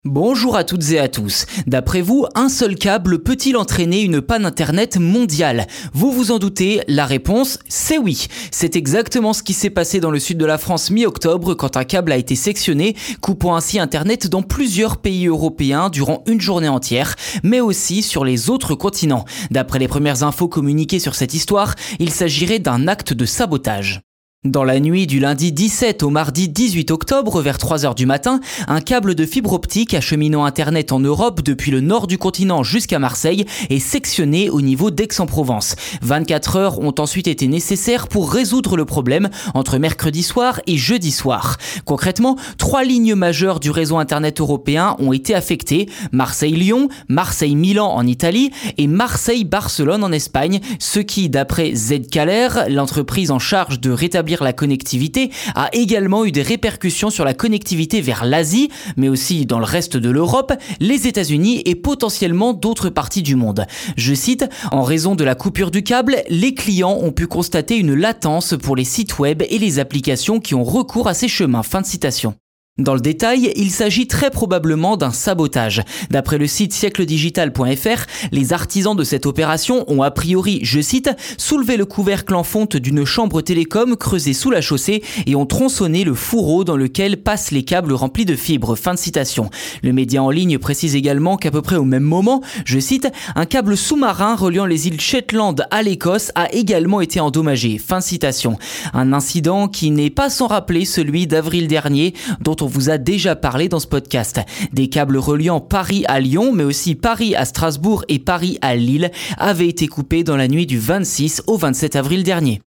Bonjour à toutes et à tous. D'après vous, un seul câble peut-il entraîner une panne internet mondiale ? Vous vous en doutez, la réponse, c'est oui. C'est exactement ce qui s'est passé dans le sud de la France mi-octobre quand un câble a été sectionné, coupant ainsi internet dans plusieurs pays européens durant une journée entière, mais aussi sur les autres continents. D'après les premières infos communiquées sur cette histoire, il s'agirait d'un acte de sabotage. Dans la nuit du lundi 17 au mardi 18 octobre, vers 3h du matin, un câble de fibre optique acheminant Internet en Europe depuis le nord du continent jusqu'à Marseille est sectionné au niveau d'Aix-en-Provence. 24 heures ont ensuite été nécessaires pour résoudre le problème entre mercredi soir et jeudi soir. Concrètement, 3 lignes majeures du réseau Internet européen ont été affectées, Marseille-Lyon, Marseille-Milan en Italie et Marseille-Barcelone en Espagne, ce qui, d'après Zscaler, l'entreprise en charge de rétablir la connectivité, a également eu des répercussions sur la connectivité vers l'Asie, mais aussi dans le reste de l'Europe, les États-Unis et potentiellement d'autres parties du monde. Je cite, « En raison de la coupure du câble, les clients ont pu constater une latence pour les sites web et les applications qui ont recours à ces chemins. » Fin de citation. Dans le détail, il s'agit très probablement d'un sabotage. D'après le site siècledigital.fr, les artisans de cette opération ont a priori, je cite, « soulevé le couvercle en fonte d'une chambre télécom creusée sous la chaussée et ont tronçonné le fourreau dans lequel passent les câbles remplis de fibres. » Fin de citation. Le média en ligne précise également qu'à peu près au même moment, je cite, « un câble sous-marin reliant les îles Shetland à l'Écosse a également été endommagé. » Fin de citation. Un incident qui n'est pas sans rappeler celui d'avril dernier, dont on vous a déjà parlé dans ce podcast. Des câbles reliant Paris à Lyon, mais aussi Paris à Strasbourg et Paris à Lille avaient été coupés dans la nuit du 26 au 27 avril dernier.